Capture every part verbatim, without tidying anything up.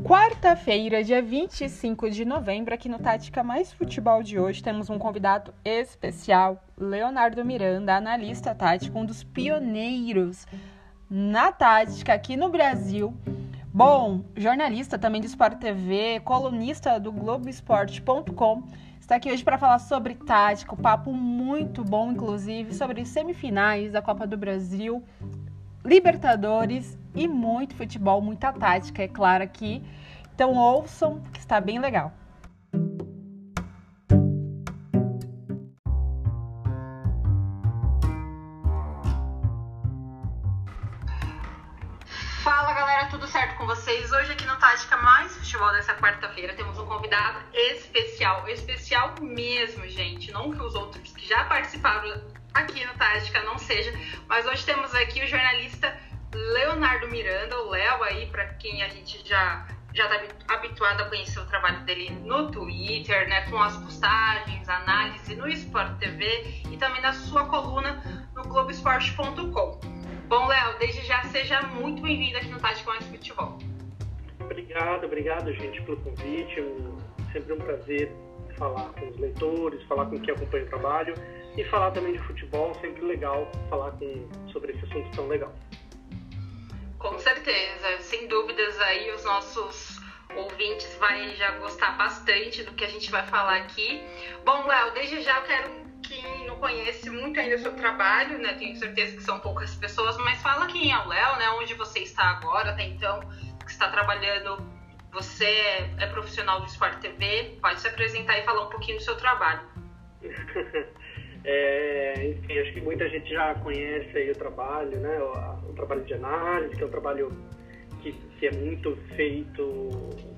Quarta-feira, dia vinte e cinco de novembro, aqui no Tática Mais Futebol de hoje, temos um convidado especial, Leonardo Miranda, analista tático, um dos pioneiros na tática aqui no Brasil. Bom, jornalista também do Sport T V, colunista do Globo Esporte ponto com, está aqui hoje para falar sobre tática, um papo muito bom, inclusive, sobre semifinais da Copa do Brasil, Libertadores e muito futebol, muita tática, é claro aqui. Então ouçam, que está bem legal. Fala galera, tudo certo com vocês? Hoje aqui no Tática Mais Futebol dessa quarta-feira temos um convidado especial, especial mesmo, gente. Não que os outros que já participaram aqui no Tática não seja, mas hoje temos aqui o jornalista Leonardo Miranda, o Léo aí, para quem a gente já já está habituado a conhecer o trabalho dele no Twitter, né, com as postagens, análise no Sport T V e também na sua coluna no Globo Esporte ponto com. Bom, Léo, desde já seja muito bem-vindo aqui no Tática Mais Futebol. Obrigado, obrigado, gente, pelo convite. É sempre um prazer falar com os leitores, falar com quem acompanha o trabalho e falar também de futebol, sempre legal falar com, sobre esse assunto tão legal. Com certeza, sem dúvidas aí os nossos ouvintes vai já gostar bastante do que a gente vai falar aqui. Bom, Léo, desde já eu quero, quem não conhece muito ainda o seu trabalho, né, tenho certeza que são poucas pessoas, mas fala quem é o Léo, né, onde você está agora, até então, que está trabalhando, você é, é profissional do Sport T V, pode se apresentar e falar um pouquinho do seu trabalho. É, enfim, acho que muita gente já conhece aí o trabalho, né? O, o trabalho de análise, que é um trabalho que, que é muito feito.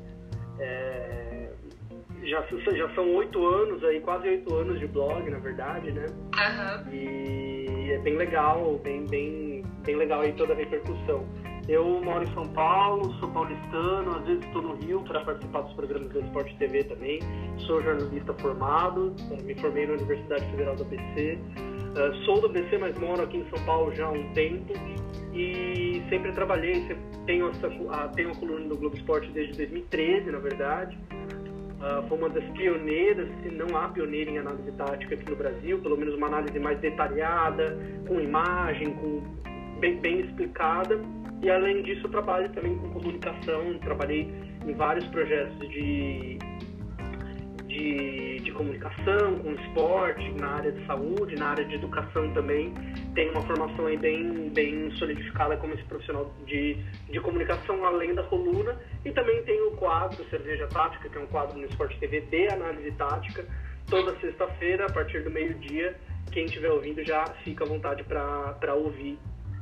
É, já, já são oito anos aí, quase oito anos de blog, na verdade, né? Uhum. E é bem legal, bem, bem, bem legal aí toda a repercussão. Eu moro em São Paulo, sou paulistano, às vezes estou no Rio para participar dos programas do Sport T V também. Sou jornalista formado, me formei na Universidade Federal do A B C. Uh, sou do A B C, mas moro aqui em São Paulo já há um tempo e sempre trabalhei, sempre tenho, essa, uh, tenho a coluna do Globo Esporte desde dois mil e treze, na verdade. Uh, foi uma das pioneiras, se não a pioneira em análise tática aqui no Brasil, pelo menos uma análise mais detalhada, com imagem, com, bem, bem explicada. E além disso eu trabalho também com comunicação, trabalhei em vários projetos de, de, de comunicação, com esporte, na área de saúde, na área de educação também. Tenho uma formação aí bem, bem solidificada como esse profissional de, de comunicação, além da coluna. E também tenho o quadro Cerveja Tática, que é um quadro no Sport T V de análise tática, toda sexta-feira, a partir do meio-dia. Quem estiver ouvindo já fica à vontade para ouvir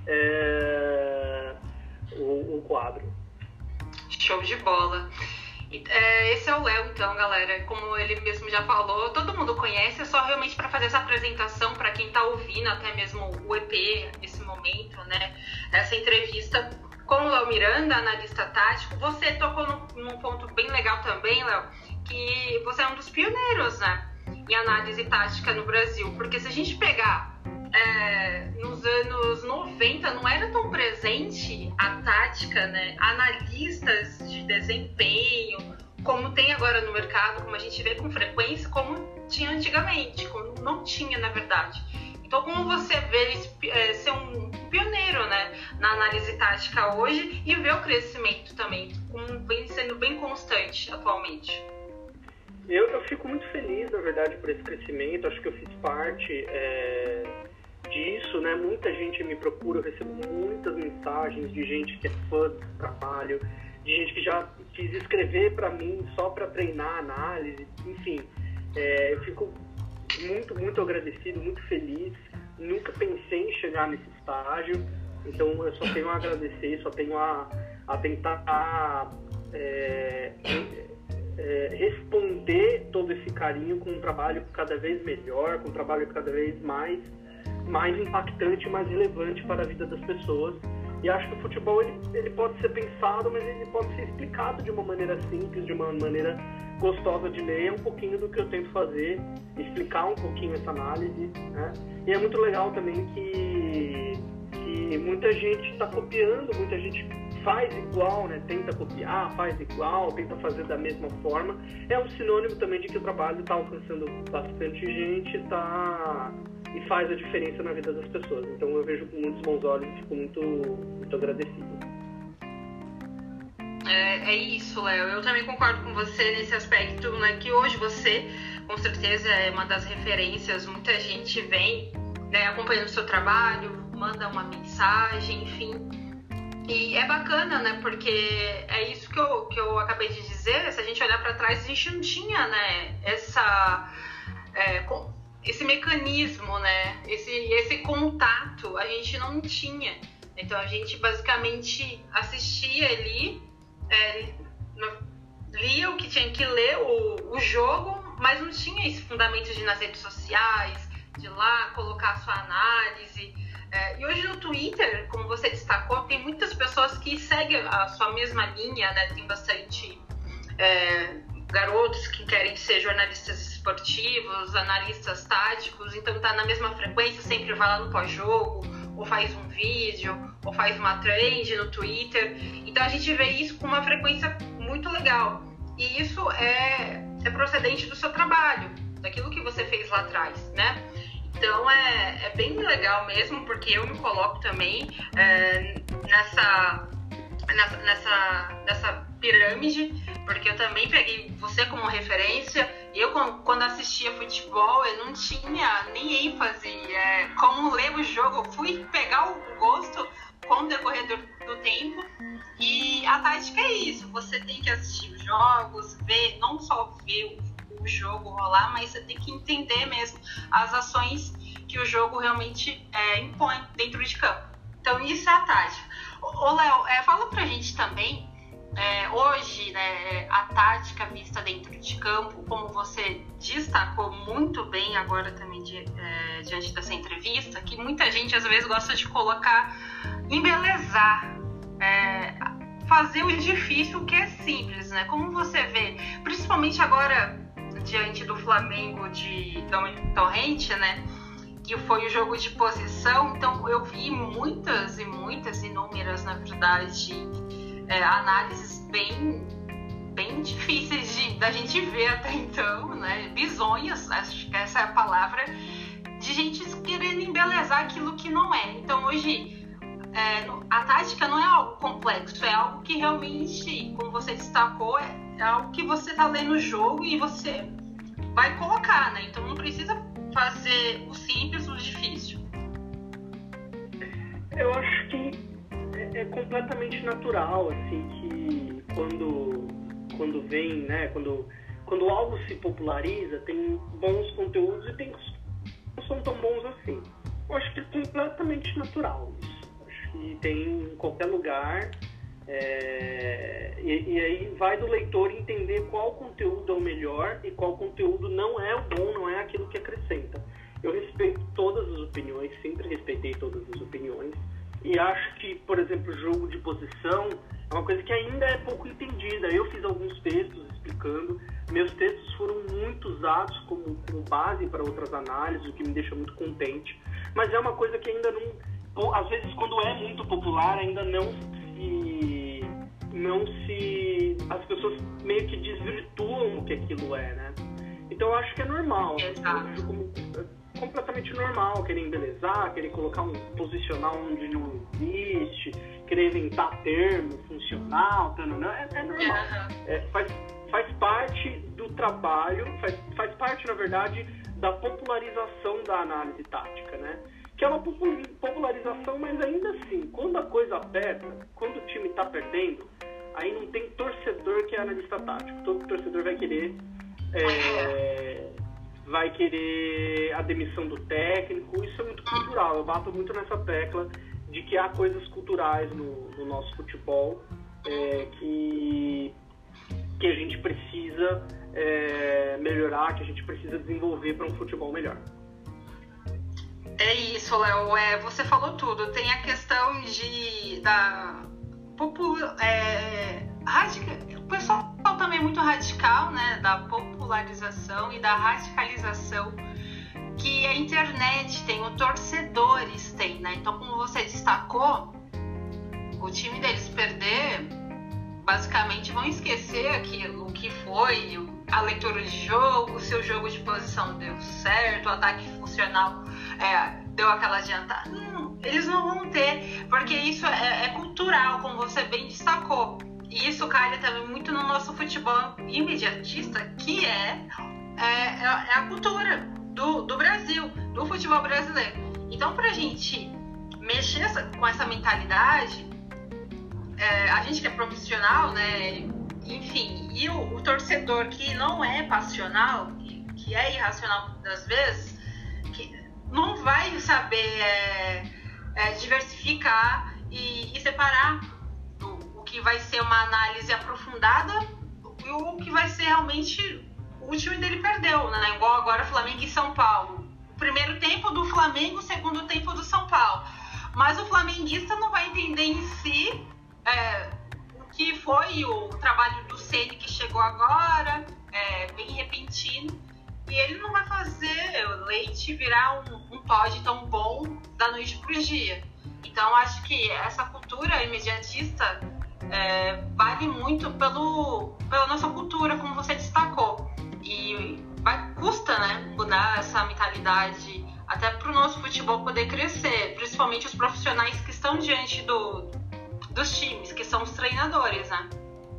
É, o, o quadro. Show de bola. É, esse é o Léo, então, galera. Como ele mesmo já falou, todo mundo conhece, é só realmente para fazer essa apresentação para quem está ouvindo, até mesmo o E P nesse momento, né? Essa entrevista com o Léo Miranda, analista tático. Você tocou num, num ponto bem legal também, Léo, que você é um dos pioneiros, né, em análise tática no Brasil, porque se a gente pegar É, nos anos noventa não era tão presente a tática, né? Analistas de desempenho, como tem agora no mercado, como a gente vê com frequência, como tinha antigamente, como não tinha, na verdade. Então, como você vê é, ser um pioneiro, né, na análise tática hoje e ver o crescimento também, como vem sendo bem constante atualmente? Eu, eu fico muito feliz, na verdade, por esse crescimento. Acho que eu fiz parte é, disso, né? Muita gente me procura, eu recebo muitas mensagens de gente que é fã do trabalho, de gente que já quis escrever para mim só para treinar análise. Enfim, é, eu fico muito, muito agradecido, muito feliz. Nunca pensei em chegar nesse estágio, então eu só tenho a agradecer, só tenho a, a tentar é, é, responder todo esse carinho com um trabalho cada vez melhor, com um trabalho cada vez mais mais impactante, mais relevante para a vida das pessoas. E acho que o futebol ele, ele pode ser pensado, mas ele pode ser explicado de uma maneira simples, de uma maneira gostosa de ler. É um pouquinho do que eu tento fazer, explicar um pouquinho essa análise, né? E é muito legal também que, que muita gente está copiando, muita gente faz igual, né? Tenta copiar, faz igual, tenta fazer da mesma forma, é um sinônimo também de que o trabalho está alcançando bastante gente, tá, e faz a diferença na vida das pessoas. Então eu vejo com muitos bons olhos e fico muito, muito agradecido. É, é isso, Léo. Eu também concordo com você nesse aspecto, né? Que hoje você, com certeza, é uma das referências. Muita gente vem, né, acompanhando o seu trabalho, manda uma mensagem, enfim. E é bacana, né? Porque é isso que eu, que eu acabei de dizer. Se a gente olhar para trás, a gente não tinha, né, essa, é, esse mecanismo, né? Esse, esse contato, a gente não tinha. Então, a gente basicamente assistia ali, É, lia o que tinha que ler, o, o jogo, mas não tinha esse fundamento de ir nas redes sociais, de ir lá colocar a sua análise. É, e hoje no Twitter, como você destacou, tem muitas pessoas que seguem a sua mesma linha, né? Tem bastante é, garotos que querem ser jornalistas esportivos, analistas táticos, então tá na mesma frequência, sempre vai lá no pós-jogo, ou faz um vídeo, ou faz uma trend no Twitter. Então a gente vê isso com uma frequência muito legal. E isso é, é procedente do seu trabalho, daquilo que você fez lá atrás, né? Então é, é bem legal mesmo, porque eu me coloco também é, nessa, nessa, nessa, nessa pirâmide, porque eu também peguei você como referência. Eu, quando assistia futebol, eu não tinha nem ênfase é, como ler o jogo. Eu fui pegar o gosto com o decorrer do, do tempo. E a tática é isso. Você tem que assistir os jogos, ver, não só ver o, o jogo rolar, mas você tem que entender mesmo as ações que o jogo realmente é, impõe dentro de campo. Então, isso é a tática. Ô, Léo, é, fala pra gente também. É, hoje, né, a tática vista dentro de campo, como você destacou muito bem agora também de, é, diante dessa entrevista, que muita gente às vezes gosta de colocar, embelezar, é, fazer o difícil, que é simples, né? Como você vê, principalmente agora diante do Flamengo de Torrente, né? Que foi o jogo de posição, então eu vi muitas e muitas, inúmeras, na verdade, É, análises bem, bem difíceis de, da gente ver até então, né? Bizonhas, acho que essa é a palavra, de gente querendo embelezar aquilo que não é. Então hoje é, a tática não é algo complexo, é algo que realmente, como você destacou, é, é algo que você está lendo o jogo e você vai colocar, né? Então não precisa fazer o simples, o difícil. Eu acho que é completamente natural, assim, que quando, quando vem, né, quando, quando algo se populariza, tem bons conteúdos e tem que não são tão bons assim. Eu acho que é completamente natural isso. Acho que tem em qualquer lugar, é, e, e aí vai do leitor entender qual conteúdo é o melhor e qual conteúdo não é o bom, não é aquilo que acrescenta. Eu respeito todas as opiniões, sempre respeitei todas as opiniões. E acho que, por exemplo, o jogo de posição é uma coisa que ainda é pouco entendida. Eu fiz alguns textos explicando. Meus textos foram muito usados como, como base para outras análises, o que me deixa muito contente. Mas é uma coisa que ainda não... Às vezes, quando é muito popular, ainda não se... Não se... As pessoas meio que desvirtuam o que aquilo é, né? Então, eu acho que é normal. Exato. Eu como... completamente normal, querer embelezar, querer colocar um, posicionar onde não existe, querer inventar termo funcional, não, é, é normal. É, faz, faz parte do trabalho, faz, faz parte, na verdade, da popularização da análise tática, né? Que é uma popularização, mas ainda assim, quando a coisa aperta, quando o time está perdendo, aí não tem torcedor que é analista tático. Todo torcedor vai querer... É, vai querer a demissão do técnico. Isso é muito cultural. Eu bato muito nessa tecla de que há coisas culturais no, no nosso futebol é, que, que a gente precisa é, melhorar, que a gente precisa desenvolver para um futebol melhor. É isso, Léo. É, você falou tudo. Tem a questão de da popula, é, radica, o pessoal também é muito radical, né, da popularização e da radicalização que a internet tem, os torcedores têm, né? Então, como você destacou, o time deles perder, basicamente vão esquecer aquilo que foi a leitura de jogo, o seu jogo de posição deu certo, o ataque funcional é, deu aquela adiantada. Não, eles não vão ter, porque isso é, é cultural, como você bem destacou. E isso calha também muito no nosso futebol imediatista, que é, é, é a cultura do, do Brasil, do futebol brasileiro. Então, pra gente mexer essa, com essa mentalidade, é, a gente que é profissional, né, enfim, e o, o torcedor que não é passional, que, que é irracional muitas vezes, que não vai saber é, é, diversificar e, e separar o, o que vai ser uma análise aprofundada e o que vai ser realmente o time dele perdeu, né? Igual agora Flamengo e São Paulo. O primeiro tempo do Flamengo, o segundo tempo do São Paulo. Mas o flamenguista não vai entender em si é, o que foi o trabalho do Ceni que chegou agora, é, bem repentino, e ele não vai fazer o Leite virar um, um Toddy tão bom da noite pro dia. Então acho que essa cultura imediatista é, vale muito pelo, pela nossa cultura, como você destacou. E vai, custa, né, mudar essa mentalidade até para o nosso futebol poder crescer, principalmente os profissionais que estão diante do, dos times, que são os treinadores, né?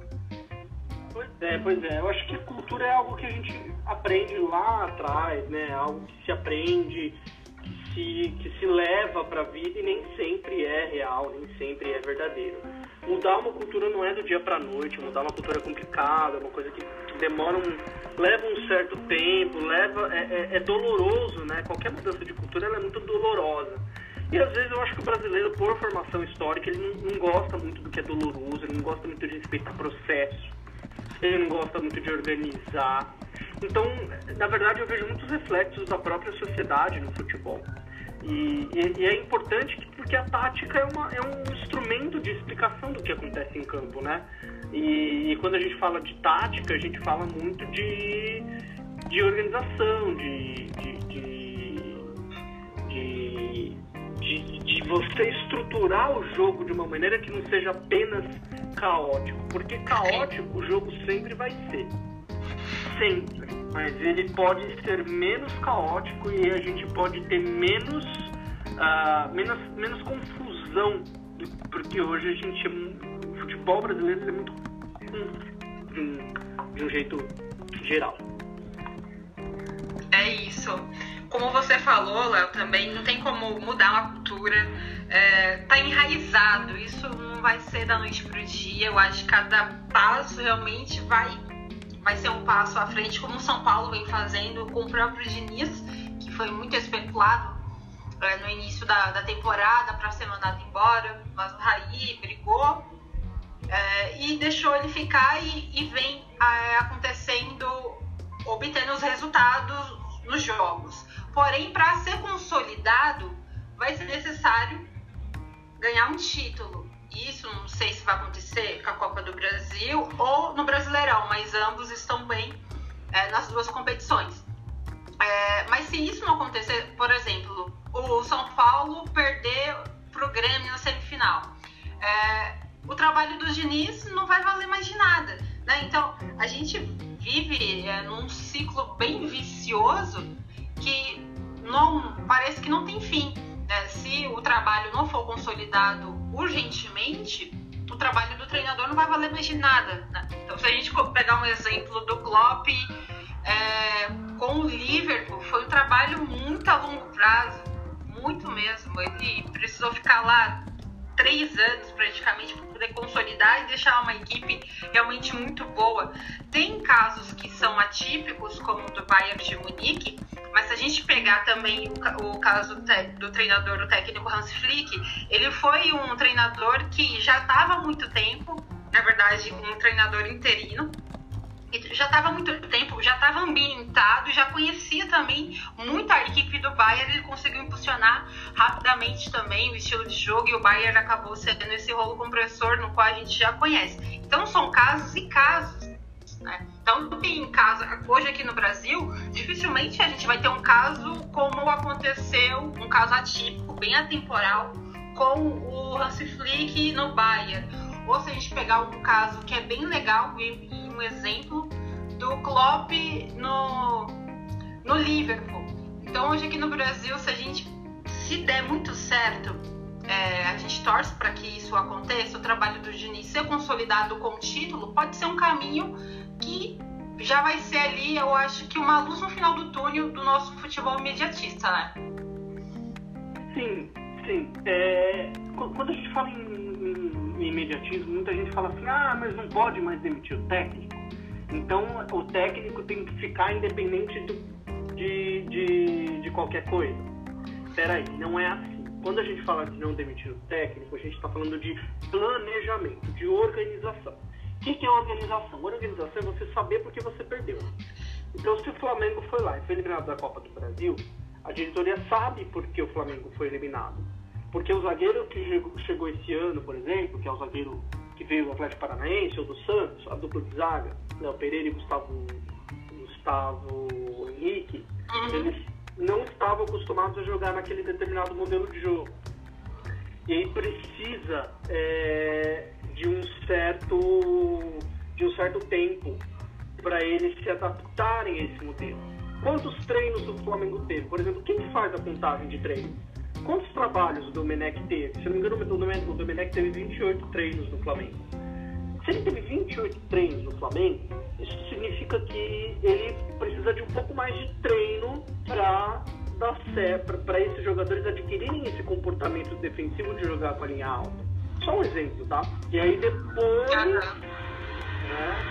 Pois é, pois é. Eu acho que cultura é algo que a gente aprende lá atrás, né? Algo que se aprende, que se, que se leva para a vida e nem sempre é real, nem sempre é verdadeiro. Mudar uma cultura não é do dia para a noite, mudar uma cultura é complicada, é uma coisa que, que demora um, leva um certo tempo, leva, é, é, é doloroso, né? Qualquer mudança de cultura ela é muito dolorosa. E às vezes eu acho que o brasileiro, por formação histórica, ele não, não gosta muito do que é doloroso, ele não gosta muito de respeitar processo, ele não gosta muito de organizar. Então, na verdade, eu vejo muitos reflexos da própria sociedade no futebol. E, e, e é importante que, porque a tática é, uma, é um instrumento de explicação do que acontece em campo, né? E, e quando a gente fala de tática, a gente fala muito de, de organização, de, de, de, de, de, de você estruturar o jogo de uma maneira que não seja apenas caótico. Porque caótico o jogo sempre vai ser. Sempre. Mas ele pode ser menos caótico e a gente pode ter menos, uh, menos, menos confusão, porque hoje a gente o futebol brasileiro é muito de um, de um jeito geral. É isso. Como você falou, Léo, também não tem como mudar uma cultura, é, tá enraizado, isso não vai ser da noite pro dia. Eu acho que cada passo realmente vai vai ser um passo à frente, como o São Paulo vem fazendo com o próprio Diniz, que foi muito especulado é, no início da, da temporada para ser mandado embora, mas o Raí brigou é, e deixou ele ficar e, e vem é, acontecendo, obtendo os resultados nos jogos. Porém, para ser consolidado, vai ser necessário ganhar um título. Isso não sei se vai acontecer com a Copa do Brasil ou no Brasileirão, mas ambos estão bem é, nas duas competições. É, mas se isso não acontecer, por exemplo, o São Paulo perder para o Grêmio na semifinal, é, o trabalho do Diniz não vai valer mais de nada, né? Então, a gente vive é, num ciclo bem vicioso que não, parece que não tem fim. É, se o trabalho não for consolidado urgentemente, o trabalho do treinador não vai valer mais de nada, né? Então, se a gente pegar um exemplo do Klopp é, com o Liverpool, foi um trabalho muito a longo prazo, muito mesmo. Ele precisou ficar lá três anos praticamente para poder consolidar e deixar uma equipe realmente muito boa. Tem casos que são atípicos, como o do Bayern de Munique, mas se a gente pegar também o, o caso do treinador, o técnico Hans Flick, ele foi um treinador que já estava há muito tempo, na verdade um treinador interino, já estava há muito tempo, já estava ambientado, já conhecia também muito a equipe do Bayern, ele conseguiu impulsionar rapidamente também o estilo de jogo e o Bayern acabou sendo esse rolo compressor no qual a gente já conhece. Então são casos e casos, né? Então em caso, hoje aqui no Brasil, dificilmente a gente vai ter um caso como aconteceu, um caso atípico, bem atemporal, com o Hansi Flick no Bayern. Ou se a gente pegar um caso que é bem legal e, e um exemplo do Klopp no, no Liverpool. Então hoje aqui no Brasil, se a gente se der muito certo, é, a gente torce para que isso aconteça, o trabalho do Diniz ser consolidado com o título, pode ser um caminho que já vai ser ali, eu acho que uma luz no final do túnel do nosso futebol imediatista, né? Sim, sim. É, quando a gente fala em, em, em imediatismo, muita gente fala assim, ah, mas não pode mais demitir o técnico. Então o técnico tem que ficar independente do, de, de, de qualquer coisa. Peraí, não é assim. Quando a gente fala de não demitir o técnico, a gente está falando de planejamento, de organização. O que é organização? Organização é você saber por que você perdeu. Então, se o Flamengo foi lá e foi eliminado da Copa do Brasil, a diretoria sabe por que o Flamengo foi eliminado. Porque o zagueiro que chegou esse ano, por exemplo, que é o zagueiro que veio do Atlético Paranaense ou do Santos, a dupla de zaga, Léo Pereira e Gustavo, Gustavo Henrique, uhum. eles não estavam acostumados a jogar naquele determinado modelo de jogo. E aí precisa é, de um certo de um certo tempo para eles se adaptarem a esse modelo. Quantos treinos o Flamengo teve? Por exemplo, quem faz a contagem de treinos? Quantos trabalhos o Domenech teve? Se não me engano, o Domenech teve vinte e oito treinos no Flamengo. Se ele teve vinte e oito treinos no Flamengo, isso significa que ele precisa de um pouco mais de treino para dar certo, para esses jogadores adquirirem esse comportamento defensivo de jogar com a linha alta. Só um exemplo, tá? E aí depois... Né,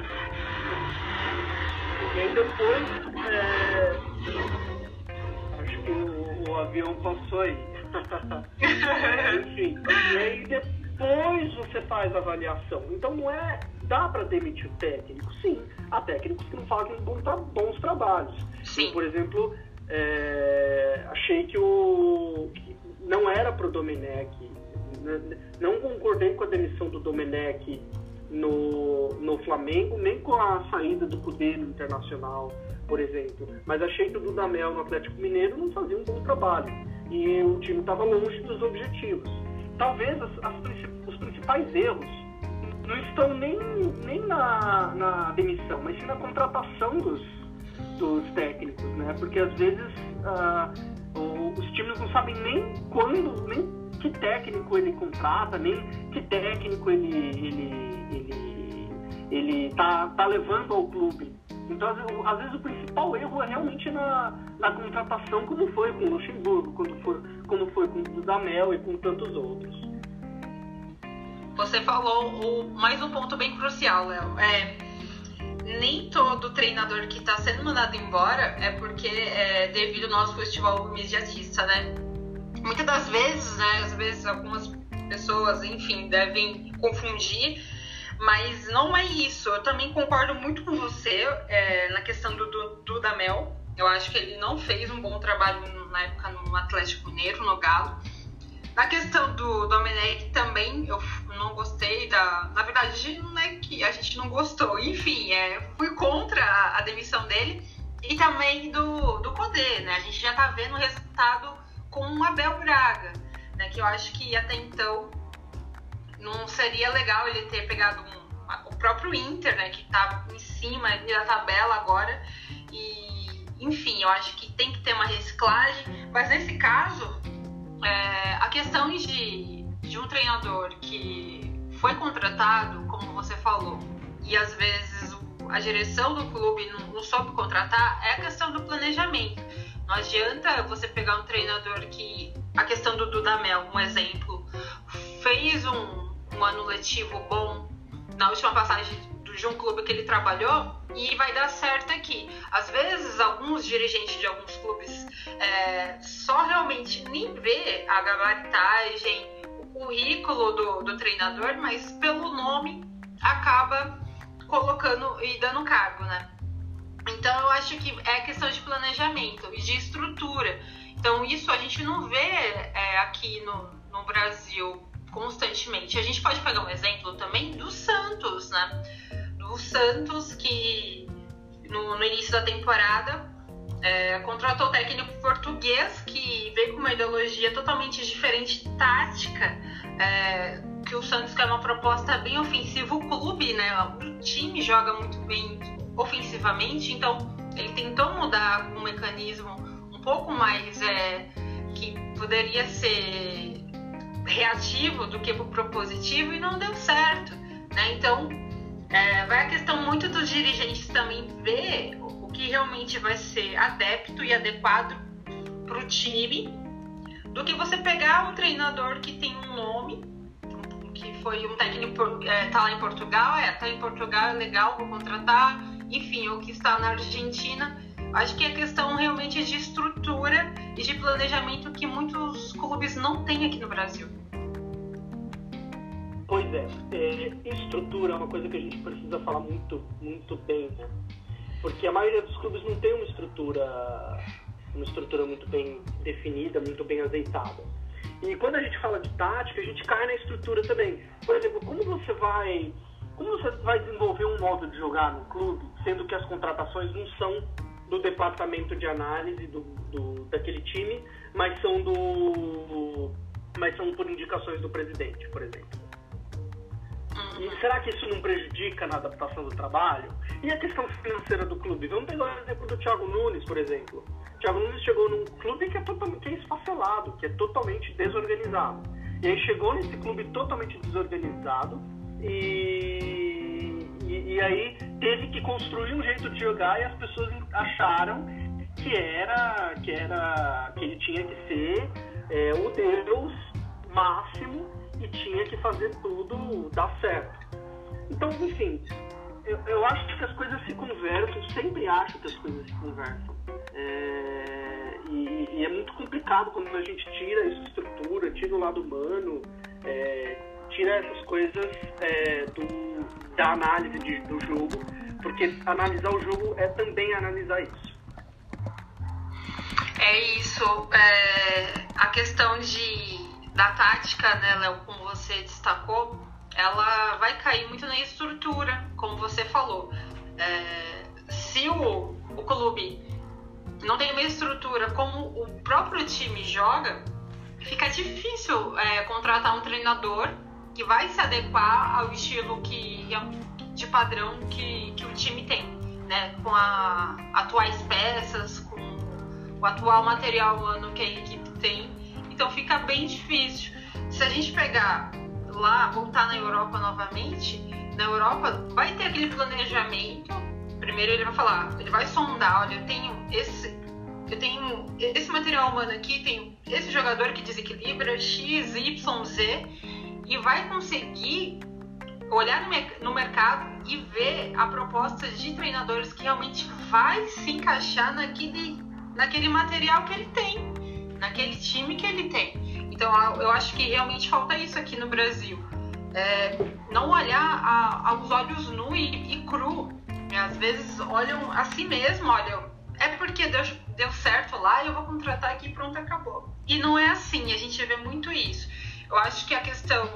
e aí depois... É, acho que o, o avião passou aí. Enfim, e aí depois você faz a avaliação. Então não é... Dá para demitir o técnico? Sim. Há técnicos que não fazem bons, tra- bons trabalhos. Sim. Eu, por exemplo, é, achei que o... Que não era pro Domenech. Não concordei com a demissão do Domenech no, no Flamengo, nem com a saída do Cudê no Internacional, por exemplo. Mas achei que o Dudamel no Atlético Mineiro não fazia um bom trabalho. E o time estava longe dos objetivos. Talvez as, as, os principais erros não estão nem, nem na, na demissão, mas sim na contratação dos, dos técnicos, né? Porque às vezes ah, o, os times não sabem nem quando, nem que técnico ele contrata, nem que técnico ele ele ele, ele tá, tá levando ao clube. Então, às vezes, o principal erro é realmente na, na contratação, como foi com o Luxemburgo, como foi, como foi com o Dudamel e com tantos outros. Você falou o, mais um ponto bem crucial, Léo. É, nem todo treinador que está sendo mandado embora é porque é devido ao nosso futebol imediatista, né? Muitas das vezes, né? Às vezes algumas pessoas, enfim, devem confundir, mas não é isso. Eu também concordo muito com você é, na questão do, do, do Dudamel. Eu acho que ele não fez um bom trabalho na época no Atlético Mineiro, no Galo. Na questão do Domenech também, eu não gostei da... Na verdade, não é que a gente não gostou. Enfim, é, fui contra a, a demissão dele. E também do, do Cudê, né? A gente já tá vendo o resultado com o Abel Braga, né? Que eu acho que até então não seria legal ele ter pegado um, o próprio Inter, né? Que tá em cima da tabela agora. E, enfim, eu acho que tem que ter uma reciclagem. Mas nesse caso... É, a questão de, de um treinador que foi contratado, como você falou, e às vezes a direção do clube não, não soube contratar, é a questão do planejamento. Não adianta você pegar um treinador que, a questão do Dudamel, um exemplo, fez um, um ano letivo bom na última passagem de um clube que ele trabalhou e vai dar certo aqui. Às vezes, alguns dirigentes de alguns clubes é, só realmente nem vê a gabaritagem, o currículo do, do treinador, mas pelo nome acaba colocando e dando cargo, né? Então, eu acho que é questão de planejamento e de estrutura. Então, isso a gente não vê é, aqui no, no Brasil constantemente. A gente pode pegar um exemplo também do Santos, né? O Santos, que no, no início da temporada É, contratou o técnico português que veio com uma ideologia totalmente diferente, tática, é, que o Santos quer uma proposta bem ofensiva. O clube, né, o time joga muito bem ofensivamente, então ele tentou mudar um mecanismo um pouco mais é, que poderia ser reativo do que propositivo e não deu certo, né? Então é, vai a questão muito dos dirigentes também ver o que realmente vai ser adepto e adequado para o time, do que você pegar um treinador que tem um nome, que foi um técnico, é, tá lá em Portugal, é, tá em Portugal, é legal, vou contratar, enfim, ou que está na Argentina. Acho que é questão realmente de estrutura e de planejamento que muitos clubes não têm aqui no Brasil. Pois é, é, estrutura é uma coisa que a gente precisa falar muito, muito bem, né? Porque a maioria dos clubes não tem uma estrutura, uma estrutura muito bem definida, muito bem azeitada. E quando a gente fala de tática, a gente cai na estrutura também. Por exemplo, como você vai, como você vai desenvolver um modo de jogar no clube, sendo que as contratações não são do departamento de análise do, do, daquele time, mas são, do, mas são por indicações do presidente, por exemplo. E será que isso não prejudica na adaptação do trabalho? E a questão financeira do clube? Vamos pegar o exemplo do Thiago Nunes, por exemplo. O Thiago Nunes chegou num clube que é, totalmente, que é esfacelado, que é totalmente desorganizado. E aí chegou nesse clube totalmente desorganizado e, e, e aí teve que construir um jeito de jogar e as pessoas acharam que, era, que, era, que ele tinha que ser é, o Deus máximo e tinha que fazer tudo dar certo. Então, enfim, eu, eu acho que as coisas se conversam, sempre acho que as coisas se conversam. É, e, e é muito complicado quando a gente tira essa estrutura, tira o lado humano, é, tira essas coisas é, do, da análise de, do jogo, porque analisar o jogo é também analisar isso. É isso. É, a questão de da tática, né, Léo, como você destacou, ela vai cair muito na estrutura, como você falou. É, se o, o clube não tem uma estrutura como o próprio time joga, fica difícil é, contratar um treinador que vai se adequar ao estilo que, de padrão que, que o time tem, né, com as atuais peças, com o atual material humano que a equipe tem. Então fica bem difícil. Se a gente pegar lá, voltar na Europa novamente, na Europa vai ter aquele planejamento. Primeiro ele vai falar, ele vai sondar, olha, eu tenho esse, eu tenho esse material humano aqui, tenho esse jogador que desequilibra, X, Y, Z, e vai conseguir olhar no mercado e ver a proposta de treinadores que realmente vai se encaixar naquele, naquele material que ele tem, naquele time que ele tem. Então eu acho que realmente falta isso aqui no Brasil, é, não olhar a, aos olhos nu e, e cru, né? Às vezes olham a si mesmo, olham, é porque deu, deu certo lá e eu vou contratar aqui e pronto, acabou. E não é assim, a gente vê muito isso. Eu acho que a questão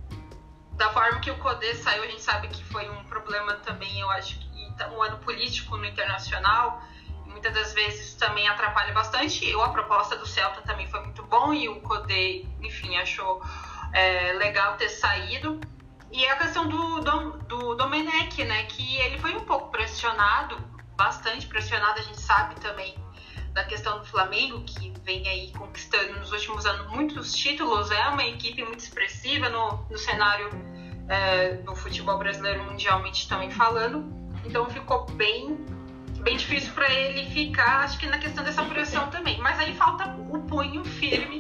da forma que o Codê saiu, a gente sabe que foi um problema também, eu acho que um ano político no internacional, muitas das vezes também atrapalha bastante. Eu, a proposta do Celta também foi muito bom e o Codê, enfim, achou é, legal ter saído. E a questão do, do, do Domenech, né, que ele foi um pouco pressionado, bastante pressionado, a gente sabe também da questão do Flamengo, que vem aí conquistando nos últimos anos muitos títulos, é uma equipe muito expressiva no, no cenário é, do futebol brasileiro mundialmente também falando. Então ficou bem... bem difícil para ele ficar, acho que na questão dessa pressão também. Mas aí falta o punho firme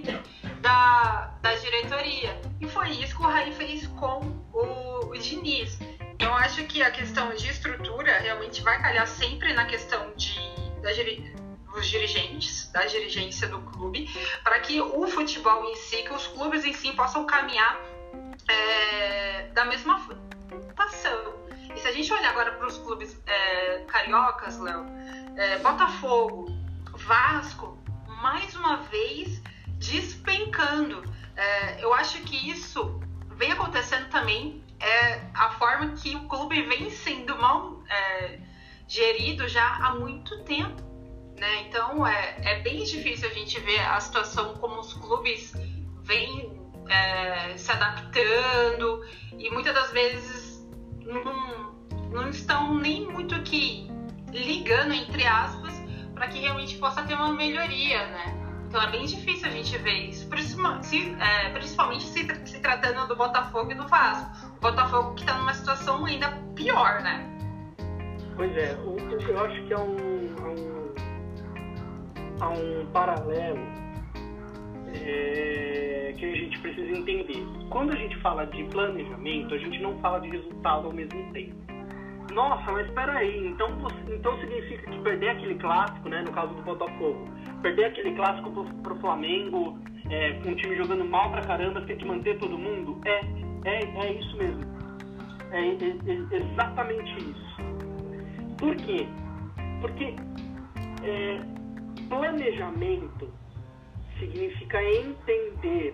da, da diretoria. E foi isso que o Raí fez com o, o Diniz. Então acho que a questão de estrutura realmente vai calhar sempre na questão de, da, dos dirigentes, da dirigência do clube, para que o futebol em si, que os clubes em si possam caminhar é, da mesma função. E se a gente olhar agora para os clubes é, cariocas, Léo, é, Botafogo, Vasco, mais uma vez despencando. É, eu acho que isso vem acontecendo também, é a forma que o clube vem sendo mal é, gerido já há muito tempo. né? Então é, é bem difícil a gente ver a situação como os clubes vêm é, se adaptando e muitas das vezes não, não estão nem muito que ligando, entre aspas, para que realmente possa ter uma melhoria, né? Então é bem difícil a gente ver isso, principalmente se, se tratando do Botafogo e do Vasco. O Botafogo que está numa situação ainda pior, né? Pois é, eu acho que há um, há um, há um paralelo é, que a gente precisa entender. Quando a gente fala de planejamento, a gente não fala de resultado ao mesmo tempo. Nossa, mas espera aí, então, então significa que perder aquele clássico, né, no caso do Botafogo, perder aquele clássico pro, pro Flamengo, é, com o time jogando mal pra caramba, tem que manter todo mundo? É, é, é isso mesmo. É, é, é exatamente isso. Por quê? Porque é, planejamento significa entender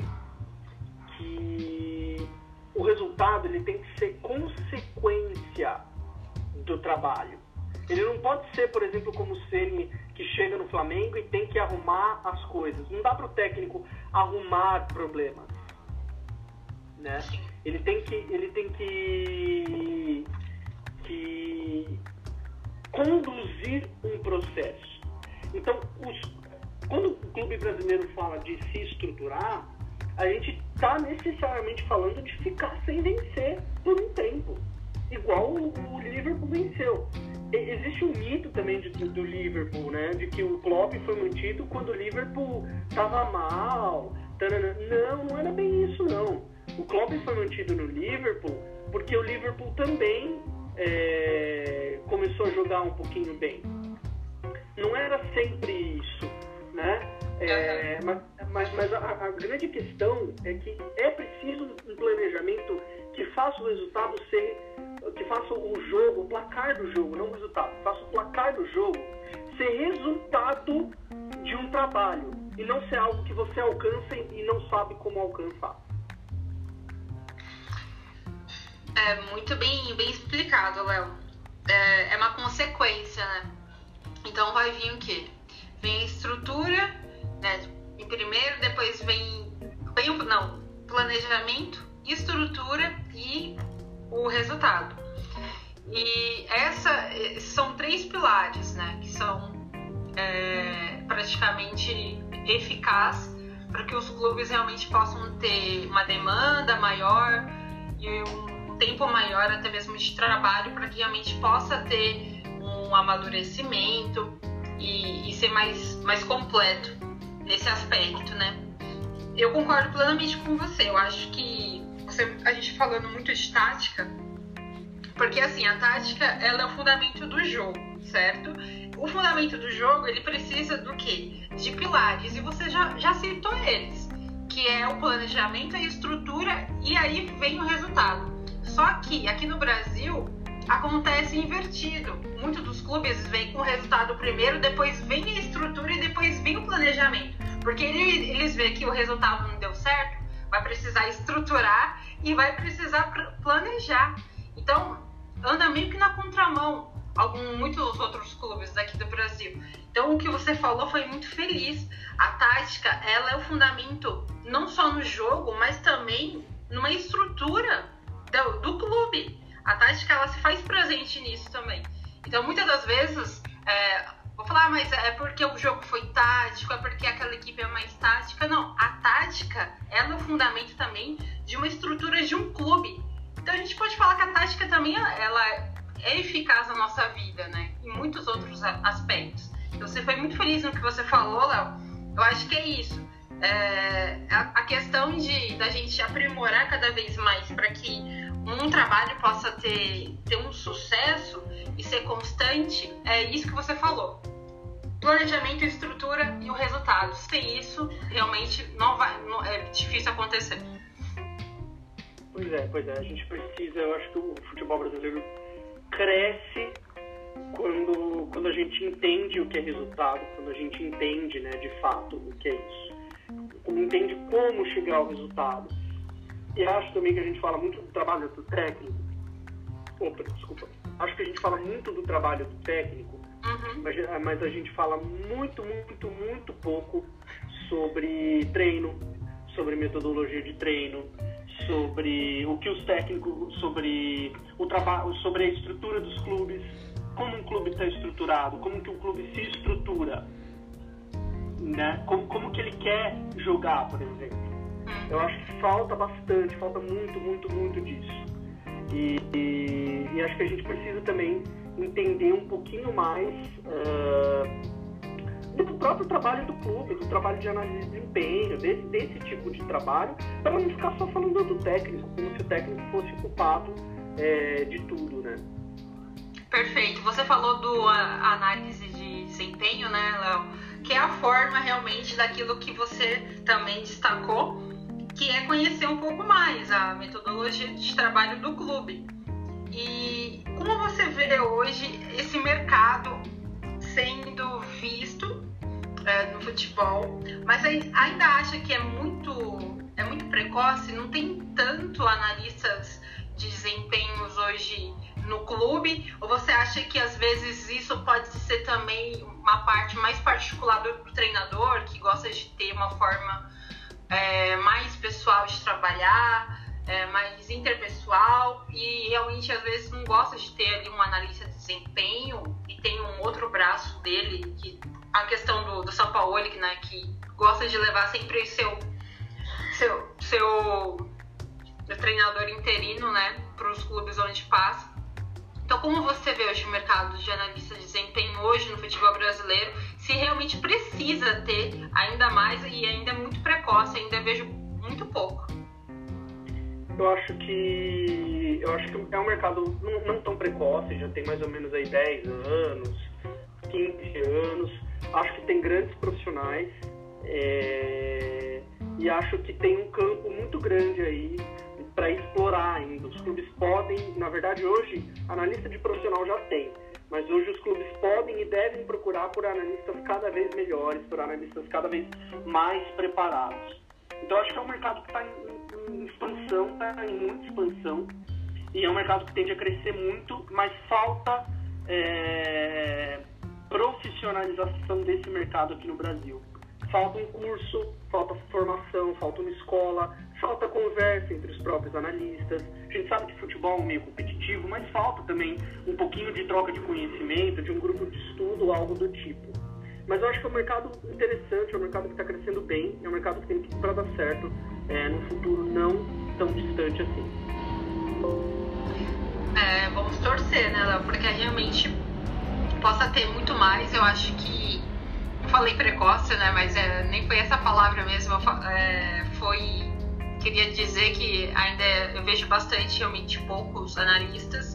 que o resultado ele tem que ser consequência do trabalho. Ele não pode ser, por exemplo, como o Ceni, que chega no Flamengo e tem que arrumar as coisas. Não dá para o técnico arrumar problemas, né? Ele tem que, ele tem que, que conduzir um processo. Então, os, quando o clube brasileiro fala de se estruturar, a gente está necessariamente falando de ficar sem vencer por um tempo. Igual o, o Liverpool venceu. E, existe um mito também de, do, do Liverpool, né? De que o Klopp foi mantido quando o Liverpool estava mal. Tarana. Não, não era bem isso, não. O Klopp foi mantido no Liverpool porque o Liverpool também é, começou a jogar um pouquinho bem. Não era sempre isso, né? É, mas mas, mas a, a grande questão é que é preciso um planejamento que faça o resultado ser, que faça o jogo, o placar do jogo, não o resultado, faça o placar do jogo ser resultado de um trabalho e não ser algo que você alcança e não sabe como alcançar. É muito bem, bem explicado, Léo. É, é uma consequência, né? Então vai vir o quê? Vem a estrutura, né? Em primeiro, depois vem, vem o, não, planejamento, estrutura e o resultado. E essa são três pilares, né? Que são é, praticamente eficazes para que os clubes realmente possam ter uma demanda maior e um tempo maior até mesmo de trabalho para que realmente possa ter um amadurecimento e, e ser mais, mais completo nesse aspecto, né? Eu concordo plenamente com você. Eu acho que você, a gente falando muito de tática, porque assim, a tática ela é o fundamento do jogo, certo? O fundamento do jogo, ele precisa do quê? De pilares, e você já, já citou eles, que é o planejamento, a estrutura, e aí vem o resultado. Só que aqui no Brasil acontece invertido. Muitos dos clubes vêm com o resultado primeiro, depois vem a estrutura e depois vem o planejamento. Porque eles, eles veem que o resultado não deu certo, vai precisar estruturar e vai precisar planejar. Então, anda meio que na contramão alguns, muitos outros clubes daqui do Brasil. Então, o que você falou foi muito feliz. A tática, ela é o fundamento não só no jogo, mas também numa estrutura do, do clube. A tática, ela se faz presente nisso também. Então, muitas das vezes, é, vou falar, mas é porque o jogo foi tático, é porque aquela equipe é mais tática. Não, a tática, ela é o fundamento também de uma estrutura de um clube. Então, a gente pode falar que a tática também, ela é eficaz na nossa vida, né? Em muitos outros aspectos. Então, você foi muito feliz no que você falou, Léo. Eu acho que é isso. É, a, a questão de da gente aprimorar cada vez mais para que um trabalho possa ter, ter um sucesso e ser constante, é isso que você falou. Planejamento, estrutura e o resultado. Sem isso, realmente não vai, não, é difícil acontecer. Pois é, pois é. A gente precisa, eu acho que o futebol brasileiro cresce quando, quando a gente entende o que é resultado, quando a gente entende, né, de fato o que é isso. Quando entende como chegar ao resultado. E acho também que a gente fala muito do trabalho do técnico. Opa, desculpa. Acho que a gente fala muito do trabalho do técnico Uhum. Mas, mas a gente fala muito, muito, muito pouco sobre treino, sobre metodologia de treino, sobre o que os técnicos, sobre o trabalho, sobre a estrutura dos clubes, como um clube está estruturado, como que um clube se estrutura, né? Como, como que ele quer jogar, por exemplo. Eu acho que falta bastante, falta muito, muito, muito disso. E, e, e acho que a gente precisa também entender um pouquinho mais uh, do próprio trabalho do clube, do trabalho de análise de desempenho, desse, desse tipo de trabalho, para não ficar só falando do técnico, como se o técnico fosse culpado é, de tudo, né? Perfeito. Você falou do a, análise de desempenho, né, Léo? Que é a forma realmente daquilo que você também destacou, que é conhecer um pouco mais a metodologia de trabalho do clube. E como você vê hoje esse mercado sendo visto é, no futebol, mas ainda acha que é muito, é muito precoce, não tem tanto analistas de desempenhos hoje no clube, ou você acha que às vezes isso pode ser também uma parte mais particular do treinador, que gosta de ter uma forma é, mais pessoal de trabalhar, é, mais interpessoal, e realmente às vezes não gosta de ter ali um analista de desempenho e tem um outro braço dele, que a questão do, do Sampaoli, né, que gosta de levar sempre seu seu, seu, seu treinador interino, né, para os clubes onde passa. Então, como você vê hoje o mercado de analista de desempenho hoje no futebol brasileiro, se realmente precisa ter ainda mais, e ainda é muito precoce, ainda vejo muito pouco? Eu acho que eu acho que é um mercado não, não tão precoce, já tem mais ou menos aí dez anos, quinze anos. Acho que tem grandes profissionais é, e acho que tem um campo muito grande aí para explorar ainda. Os clubes podem, na verdade hoje, analista de profissional já tem, mas hoje os clubes podem e devem procurar por analistas cada vez melhores, por analistas cada vez mais preparados. Então acho que é um mercado que está em, em expansão, está em muita expansão, e é um mercado que tende a crescer muito, mas falta é, profissionalização desse mercado aqui no Brasil. Falta um curso, falta formação, falta uma escola, falta conversa entre os próprios analistas. A gente sabe que futebol é um meio competitivo, mas falta também um pouquinho de troca de conhecimento, de um grupo de estudo, algo do tipo. Mas eu acho que é um mercado interessante, é um mercado que está crescendo bem, é um mercado que tem tudo para dar certo é, no futuro não tão distante assim. É, vamos torcer, né, Léo? Porque realmente possa ter muito mais. Eu acho que falei precoce, né? Mas é, nem foi essa palavra mesmo. É, foi, queria dizer que ainda eu vejo bastante, realmente poucos analistas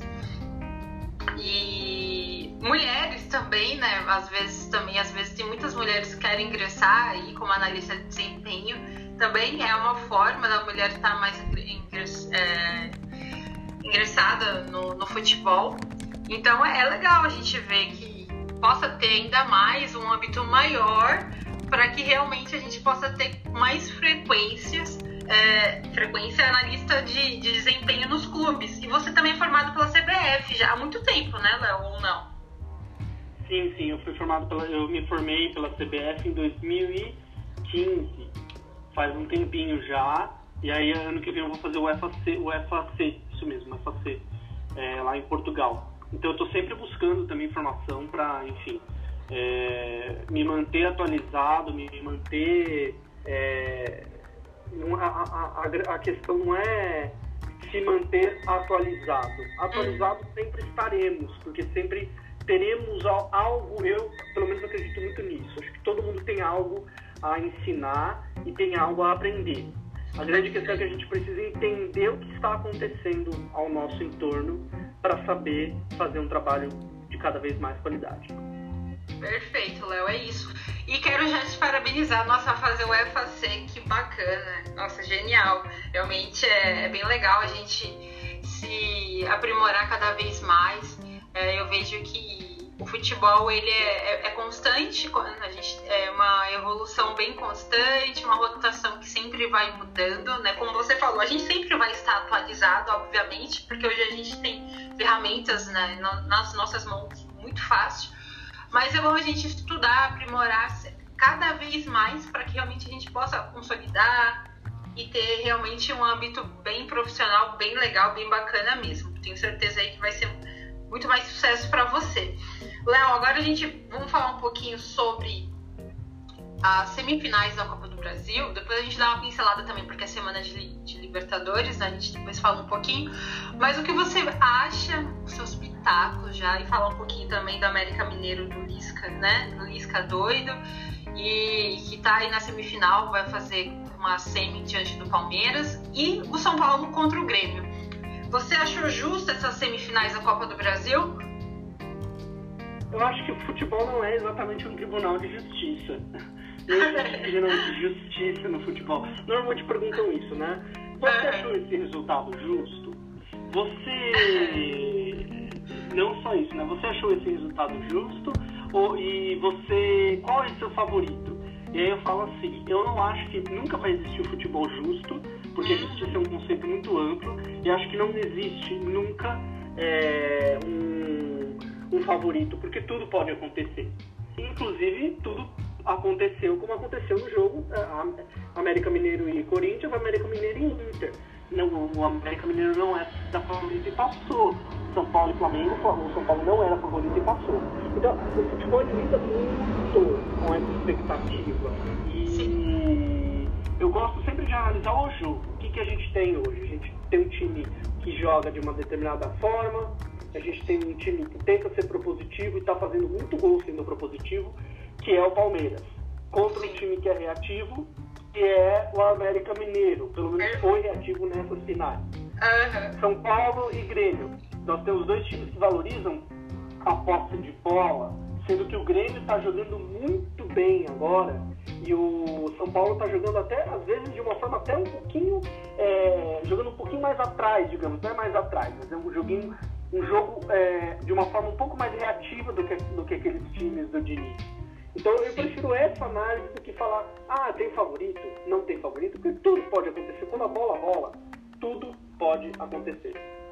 e mulheres também, né? Às vezes também, às vezes tem muitas mulheres que querem ingressar aí como analista de desempenho. Também é uma forma da mulher estar mais ingress, é, ingressada no, no futebol. Então é legal a gente ver que possa ter ainda mais um âmbito maior para que realmente a gente possa ter mais frequências, é, frequência analista de, de desempenho nos clubes. E você também é formado pela C B F já há muito tempo, né, Léo, ou não? Sim, sim, eu fui formado pela, eu me formei pela C B F em dois mil e quinze, faz um tempinho já, e aí ano que vem eu vou fazer o F A C, o F A C, isso mesmo, F A C, é, lá em Portugal. Então eu estou sempre buscando também informação para, enfim, é, me manter atualizado, me manter... É, a, a, a, a questão não é se manter atualizado. Atualizado sempre estaremos, porque sempre teremos algo, eu pelo menos acredito muito nisso. Acho que todo mundo tem algo a ensinar e tem algo a aprender. A grande questão é que a gente precisa entender o que está acontecendo ao nosso entorno para saber fazer um trabalho de cada vez mais qualidade. Perfeito, Léo, é isso. E quero já te parabenizar, nossa, fazer o F A C, que bacana, nossa, genial. Realmente é, é bem legal a gente se aprimorar cada vez mais. É, eu vejo que o futebol ele é, é, é constante, a gente, é uma evolução bem constante, uma rotação que sempre vai mudando, né? Como você falou, a gente sempre vai estar atualizado, obviamente, porque hoje a gente tem ferramentas, né, nas nossas mãos muito fácil. mas é bom a gente estudar, aprimorar cada vez mais para que realmente a gente possa consolidar e ter realmente um âmbito bem profissional, bem legal, bem bacana mesmo. Tenho certeza aí que vai ser muito mais sucesso para você. Léo, agora a gente vamos falar um pouquinho sobre as semifinais da Copa do Brasil. Depois a gente dá uma pincelada também, porque é semana de, de Libertadores, né? A gente depois fala um pouquinho. Mas o que você acha, os seus pitacos já, e falar um pouquinho também do América Mineiro, do Lisca, né? Do Lisca doido, e que tá aí na semifinal, vai fazer uma semi diante do Palmeiras, e o São Paulo contra o Grêmio. Você achou justo essas semifinais da Copa do Brasil? Eu acho que o futebol não é exatamente um tribunal de justiça. Não existe tribunal de justiça no futebol. Normalmente perguntam isso, né? Você achou esse resultado justo? Você... Não só isso, né? Você achou esse resultado justo? Ou... E você... Qual é o seu favorito? E aí eu falo assim, eu não acho que nunca vai existir o futebol justo, porque justiça é um conceito muito amplo, e acho que não existe nunca é, um, um favorito, porque tudo pode acontecer. Inclusive, tudo aconteceu como aconteceu no jogo a América Mineiro e Corinthians, América Mineiro e Inter. Não, o América Mineiro não é da favorita e passou. São Paulo e Flamengo, o São Paulo não era favorito e passou. Então, o futebol lida muito com essa expectativa. E Sim. eu gosto sempre de analisar o jogo. O que, que a gente tem hoje? A gente tem um time que joga de uma determinada forma, a gente tem um time que tenta ser propositivo e está fazendo muito gol sendo propositivo, que é o Palmeiras. Contra um time que é reativo, que é o América Mineiro. Pelo menos foi reativo nessas finais. Uhum. São Paulo e Grêmio. Nós temos dois times que valorizam a posse de bola, sendo que o Grêmio está jogando muito bem agora e o São Paulo está jogando até, às vezes, de uma forma até um pouquinho, é, jogando um pouquinho mais atrás, digamos, não é mais atrás, mas é um joguinho, um jogo é, de uma forma um pouco mais reativa do que, do que aqueles times do Diniz. Então eu prefiro essa análise do que falar, ah, tem favorito, não tem favorito, porque tudo pode acontecer. Quando a bola rola, tudo pode acontecer.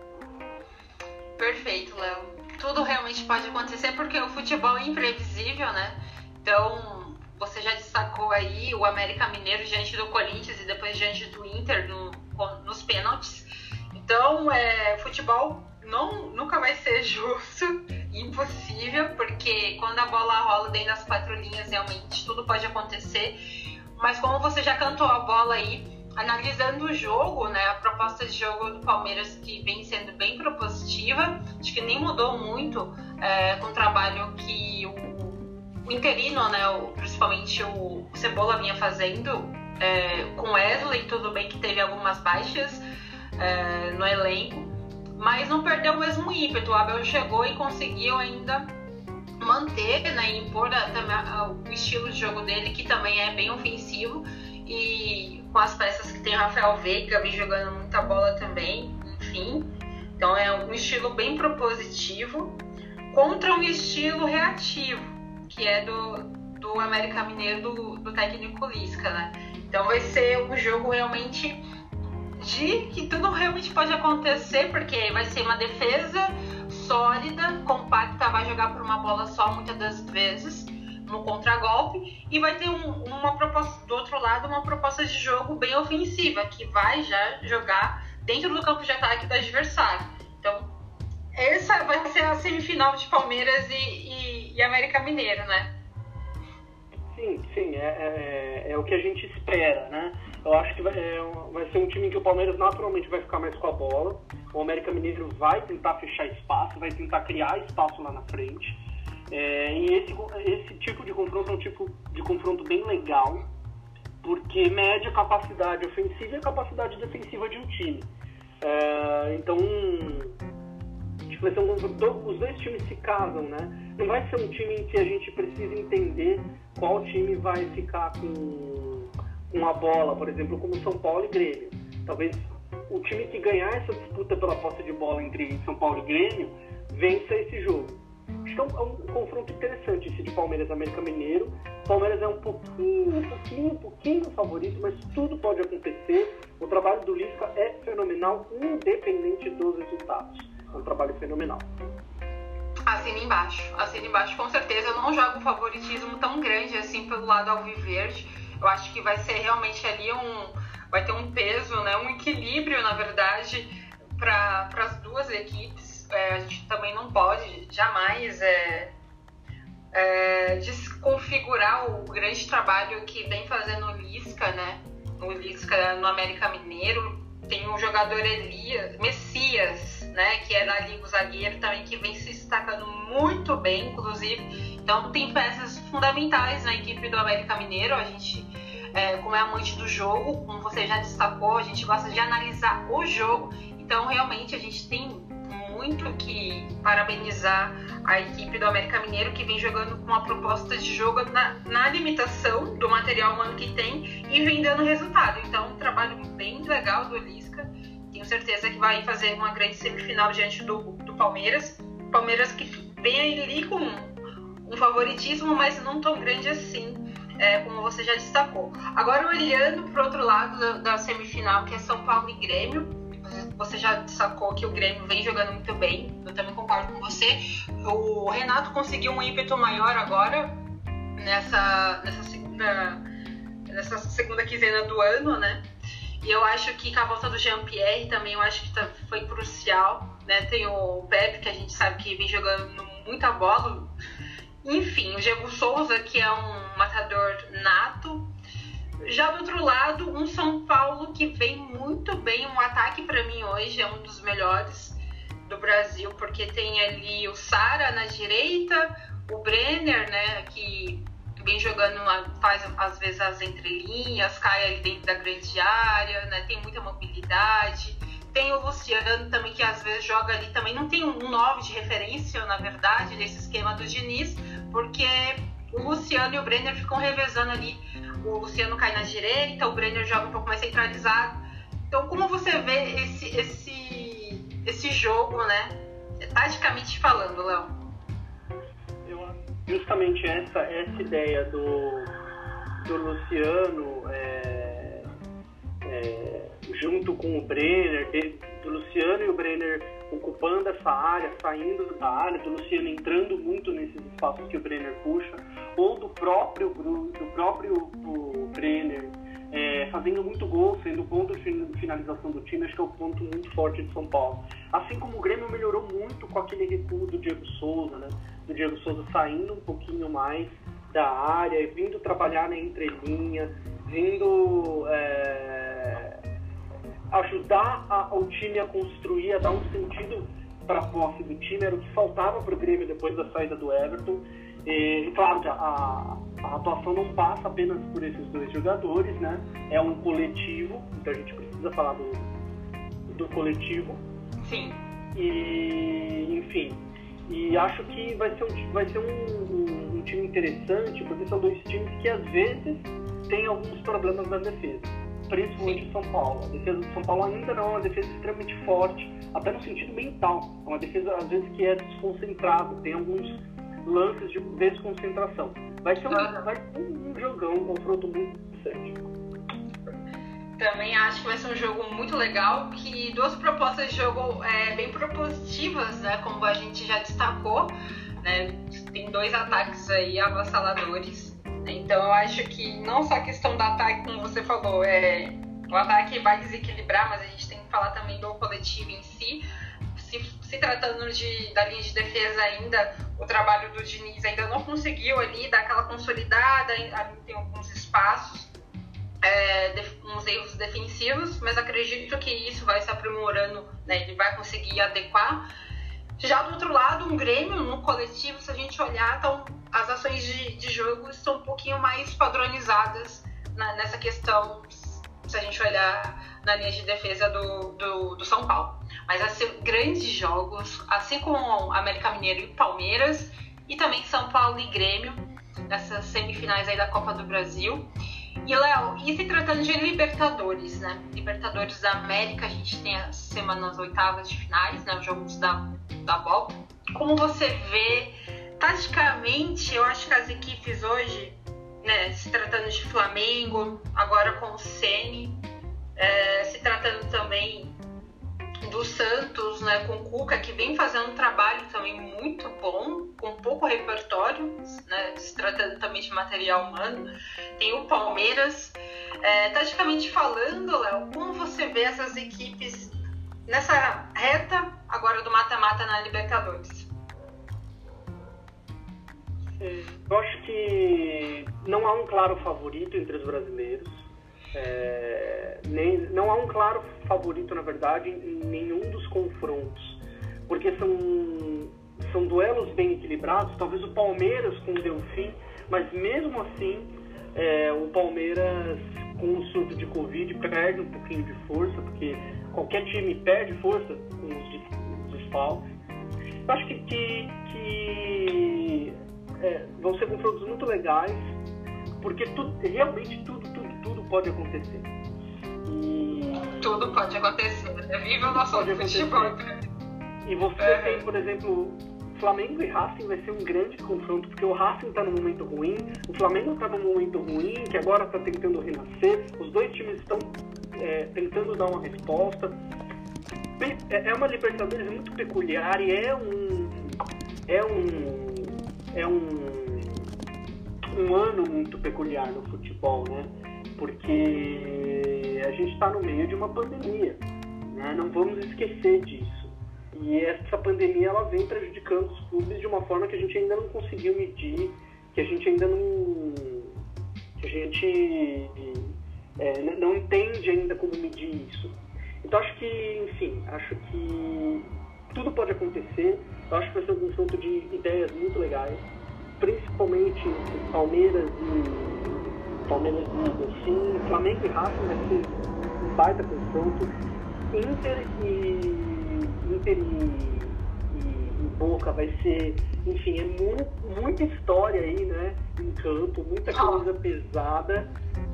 Perfeito, Léo. Tudo realmente pode acontecer porque o futebol é imprevisível, né? Então, você já destacou aí o América Mineiro diante do Corinthians e depois diante do Inter no, nos pênaltis. Então, é, futebol não, nunca vai ser justo, impossível, porque quando a bola rola dentro das quatro linhas, realmente tudo pode acontecer. Mas como você já cantou a bola aí, analisando o jogo, né, a proposta de jogo do Palmeiras, que vem sendo bem propositiva, acho que nem mudou muito é, com o trabalho que o, o interino, né, o, principalmente o, o Cebola vinha fazendo é, com Wesley. Tudo bem que teve algumas baixas é, no elenco, mas não perdeu o mesmo ímpeto. O Abel chegou e conseguiu ainda manter, né, e impor a, a, o estilo de jogo dele, que também é bem ofensivo, e com as peças que tem o Rafael Veiga, vem jogando muita bola também, enfim. Então é um estilo bem propositivo contra um estilo reativo, que é do, do América Mineiro, do, do técnico Lisca, né? Então vai ser um jogo realmente de que tudo realmente pode acontecer, porque vai ser uma defesa sólida, compacta, vai jogar por uma bola só muitas das vezes, no contragolpe, e vai ter um, uma proposta, do outro lado, uma proposta de jogo bem ofensiva, que vai já jogar dentro do campo de ataque do adversário. Então, essa vai ser a semifinal de Palmeiras e, e, e América Mineiro, né? Sim, sim, é, é, é o que a gente espera, né? Eu acho que vai, é, vai ser um time em que o Palmeiras naturalmente vai ficar mais com a bola, o América Mineiro vai tentar fechar espaço, vai tentar criar espaço lá na frente. É, e esse, esse tipo de confronto é um tipo de confronto bem legal, porque mede a capacidade ofensiva e a capacidade defensiva de um time. É, então, tipo, vai ser um confronto, os dois times se casam, né? Não vai ser um time em que a gente precisa entender qual time vai ficar com, com a bola, por exemplo, como São Paulo e Grêmio. Talvez o time que ganhar essa disputa pela posse de bola entre São Paulo e Grêmio vença esse jogo. Acho que é um, é um confronto interessante esse de Palmeiras e América Mineiro. O Palmeiras é um pouquinho, um pouquinho, um pouquinho favorito, mas tudo pode acontecer. O trabalho do Lisca é fenomenal, independente dos resultados. É um trabalho fenomenal. Assina embaixo, assina embaixo com certeza. Eu não jogo um favoritismo tão grande assim pelo lado alviverde. Eu acho que vai ser realmente ali um, vai ter um peso, né, um equilíbrio, na verdade, para as duas equipes. É, a gente também não pode jamais é, é, desconfigurar o grande trabalho que vem fazendo o Lisca, né? O Lisca no América Mineiro. Tem um jogador Elias, Messias, né, que é dali o zagueiro também, que vem se destacando muito bem, inclusive. Então tem peças fundamentais na equipe do América Mineiro. A gente, é, como é amante do jogo, como você já destacou, a gente gosta de analisar o jogo. Então realmente a gente tem muito que parabenizar a equipe do América Mineiro, que vem jogando com uma proposta de jogo na, na limitação do material humano que tem e vem dando resultado. Então um trabalho bem legal do Lisca. Tenho certeza que vai fazer uma grande semifinal diante do, do Palmeiras. Palmeiras que vem ali com um, um favoritismo, mas não tão grande assim, é, como você já destacou. Agora, olhando para o outro lado da, da semifinal, que é São Paulo e Grêmio, você já destacou que o Grêmio vem jogando muito bem, eu também concordo com você. O Renato conseguiu um ímpeto maior agora, nessa, nessa, segunda, nessa segunda quinzena do ano, né? E eu acho que com a volta do Jean-Pierre também, eu acho que tá, foi crucial, né? Tem o Pepe, que a gente sabe que vem jogando muita bola. Enfim, o Diego Souza, que é um matador nato. Já do outro lado, um São Paulo que vem muito bem. Um ataque, para mim, hoje é um dos melhores do Brasil, porque tem ali o Sara na direita, o Brenner, né, que vem jogando, faz às vezes as entrelinhas, cai ali dentro da grande área, né? Tem muita mobilidade. Tem o Luciano também, que às vezes joga ali também. Não tem um nove de referência, na verdade, nesse esquema do Diniz, porque o Luciano e o Brenner ficam revezando ali. O Luciano cai na direita, o Brenner joga um pouco mais centralizado. Então, como você vê esse, esse, esse jogo, né? Taticamente falando, Léo? Justamente essa, essa ideia do, do Luciano é, é, junto com o Brenner, de, do Luciano e o Brenner ocupando essa área, saindo da área, do Luciano entrando muito nesses espaços que o Brenner puxa, ou do próprio, do próprio o Brenner é, fazendo muito gol, sendo o ponto de finalização do time. Acho que é um ponto muito forte de São Paulo. Assim como o Grêmio melhorou muito com aquele recuo do Diego Souza, né? Do Diego Souza saindo um pouquinho mais da área e vindo trabalhar na entrelinha, vindo é, ajudar a, o time a construir, a dar um sentido para a posse do time. Era o que faltava para o Grêmio depois da saída do Everton. E, claro, a, a atuação não passa apenas por esses dois jogadores, né? É um coletivo, então a gente precisa falar do, do coletivo. Sim. E, enfim... E acho que vai ser, um, vai ser um, um, um time interessante, porque são dois times que às vezes têm alguns problemas na defesa, principalmente o São Paulo. A defesa do São Paulo ainda não é uma defesa extremamente forte, até no sentido mental. É uma defesa às vezes que é desconcentrada, tem alguns lances de desconcentração. Vai ser um, vai ser um jogão, um confronto muito interessante. Também acho que vai ser um jogo muito legal, que duas propostas de jogo é, bem propositivas, né, como a gente já destacou, né, tem dois ataques aí avassaladores, então eu acho que não só a questão do ataque, como você falou, é, o ataque vai desequilibrar, mas a gente tem que falar também do coletivo em si. Se, se tratando de, da linha de defesa ainda, o trabalho do Diniz ainda não conseguiu ali dar aquela consolidada, ali tem alguns espaços, É, uns erros defensivos, mas acredito que isso vai se aprimorando, né? Ele vai conseguir adequar. Já do outro lado, um Grêmio no coletivo, se a gente olhar, então, as ações de, de jogo estão um pouquinho mais padronizadas na, nessa questão, se a gente olhar na linha de defesa do, do, do São Paulo. Mas assim, grandes jogos, assim como América Mineiro e Palmeiras, e também São Paulo e Grêmio, nessas semifinais aí da Copa do Brasil. E, Léo, e se tratando de Libertadores, né? Libertadores da América, a gente tem a semana nas oitavas de finais, né? Os jogos da, da volta. Como você vê, taticamente, eu acho que as equipes hoje, né? Se tratando de Flamengo, agora com o Ceni, é, se tratando também do Santos, né? né, com o Cuca, que vem fazendo um trabalho também muito bom, com pouco repertório, né, se tratando também de material humano. Tem o Palmeiras. É, taticamente falando, Léo, como você vê essas equipes nessa reta agora do mata-mata na Libertadores? Eu acho que não há um claro favorito entre os brasileiros. É, nem, não há um claro favorito, na verdade, em nenhum dos confrontos, porque são, são duelos bem equilibrados. Talvez o Palmeiras com o Delfim, mas mesmo assim é, o Palmeiras com o surto de Covid perde um pouquinho de força, porque qualquer time perde força com os desfalques. Eu acho que, que, que é, vão ser confrontos muito legais, porque tudo, realmente tudo, tudo, tudo pode acontecer. E... Tudo pode acontecer, né? Viva o nosso futebol. E você é. tem, por exemplo, Flamengo e Racing vai ser um grande confronto, porque o Racing está num momento ruim, o Flamengo está num momento ruim, que agora está tentando renascer, os dois times estão é, tentando dar uma resposta. É uma Libertadores muito peculiar e é um é um é um, um ano muito peculiar no futebol, né? Porque a gente está no meio de uma pandemia, né? Não vamos esquecer disso. E essa pandemia ela vem prejudicando os clubes de uma forma que a gente ainda não conseguiu medir, que a gente ainda não que a gente é, não entende ainda como medir isso. Então acho que, enfim, acho que tudo pode acontecer. Eu acho que vai ser um confronto de ideias muito legais, principalmente Palmeiras e Palmeiras e Delfim, Flamengo e Racing vai ser um baita confronto. Inter e Inter e, e, e Boca vai ser, enfim, é muito, muita história aí, né, em campo, muita coisa pesada.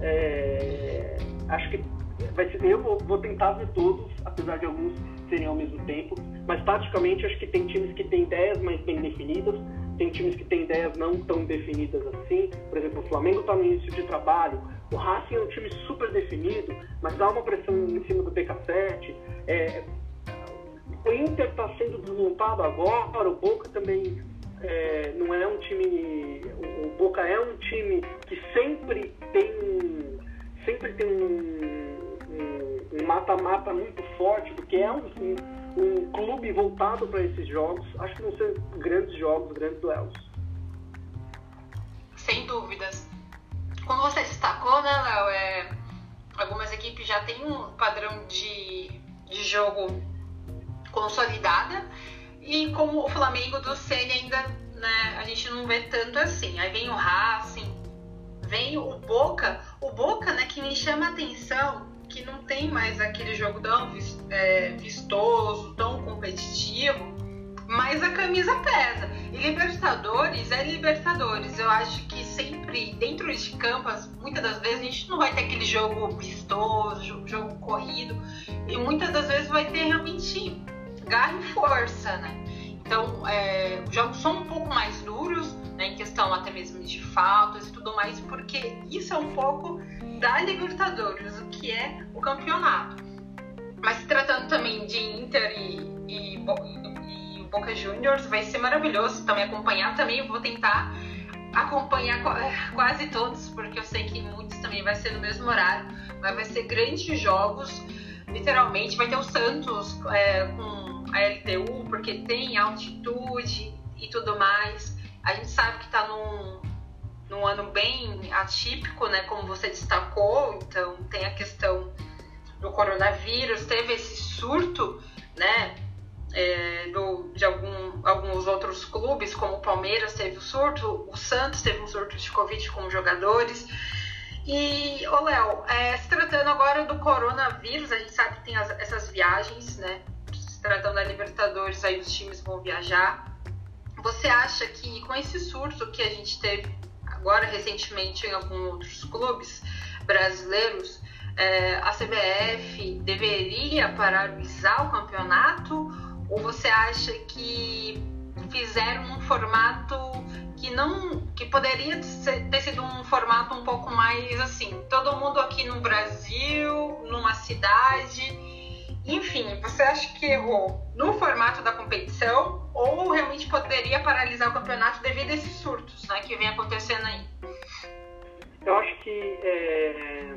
É, acho que vai ser, eu vou, vou tentar ver todos, apesar de alguns serem ao mesmo tempo, mas taticamente acho que tem times que têm ideias mais bem definidas, tem times que têm ideias não tão definidas assim. Por exemplo, o Flamengo está no início de trabalho, o Racing é um time super definido, mas há uma pressão em cima do B K sete. É, o Inter está sendo desmontado agora, o Boca também é, não é um time... O, o Boca é um time que sempre tem, sempre tem um, um mata-mata muito forte, porque é um, um, um clube voltado para esses jogos. Acho que vão ser grandes jogos, grandes duelos. Sem dúvidas. Como você destacou, né, Léo, é, algumas equipes já têm um padrão de, de jogo consolidada, e como o Flamengo do Ceni ainda, né, a gente não vê tanto assim. Aí vem o Racing, vem o Boca, o Boca, né, que me chama a atenção, que não tem mais aquele jogo tão é, vistoso, tão competitivo, mas a camisa pesa. E Libertadores é Libertadores. Eu acho que sempre, dentro de campas, muitas das vezes a gente não vai ter aquele jogo vistoso, jogo corrido, e muitas das vezes vai ter realmente garra e força, né? Então, é, os jogos são um pouco mais duros, né, em questão até mesmo de faltas e tudo mais, porque isso é um pouco da Libertadores, o que é o campeonato. Mas se tratando também de Inter e, e, e, e Boca Juniors, vai ser maravilhoso também acompanhar. Também eu vou tentar acompanhar quase todos, porque eu sei que muitos também vai ser no mesmo horário, mas vai ser grandes jogos, literalmente. Vai ter o Santos é, com a L T U, porque tem altitude e tudo mais. A gente sabe que está num, num ano bem atípico, né, como você destacou. Então tem a questão do coronavírus, teve esse surto, né, é, do, de algum, alguns outros clubes, como o Palmeiras teve o surto, o Santos teve um surto de Covid com os jogadores. E, ô Léo, é, se tratando agora do coronavírus, a gente sabe que tem as, essas viagens, né, se tratando da Libertadores, aí os times vão viajar. Você acha que com esse surto que a gente teve agora recentemente em alguns outros clubes brasileiros, é, a C B F deveria paralisar o campeonato, ou você acha que fizeram um formato que não, que poderia ser, ter sido um formato um pouco mais assim, todo mundo aqui no Brasil, numa cidade, Enfim, você acha que errou no formato da competição ou realmente poderia paralisar o campeonato devido a esses surtos, né, que vem acontecendo aí? Eu acho que é...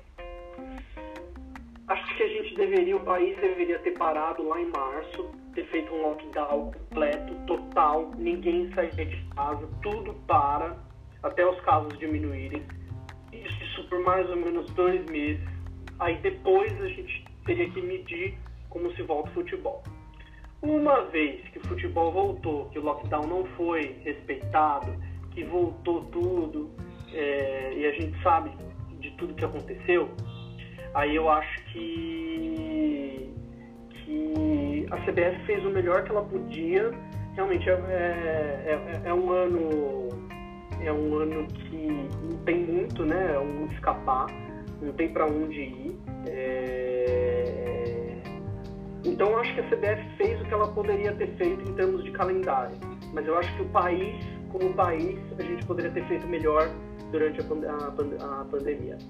acho que a gente deveria, o país deveria ter parado lá em março, ter feito um lockdown completo, total, ninguém sair de casa, tudo para, até os casos diminuírem. Isso, isso por mais ou menos dois meses. Aí depois a gente teria que medir como se volta o futebol. Uma vez que o futebol voltou, que o lockdown não foi respeitado, que voltou tudo, é, e a gente sabe de tudo que aconteceu, aí eu acho que, que a C B F fez o melhor que ela podia. Realmente é, é, é, é um ano é um ano que não tem muito, né, é um escapar, não tem para onde ir. É... Então eu acho que a C B F fez o que ela poderia ter feito em termos de calendário, mas eu acho que o país, como país, a gente poderia ter feito melhor durante a, pand- a, pand- a pandemia.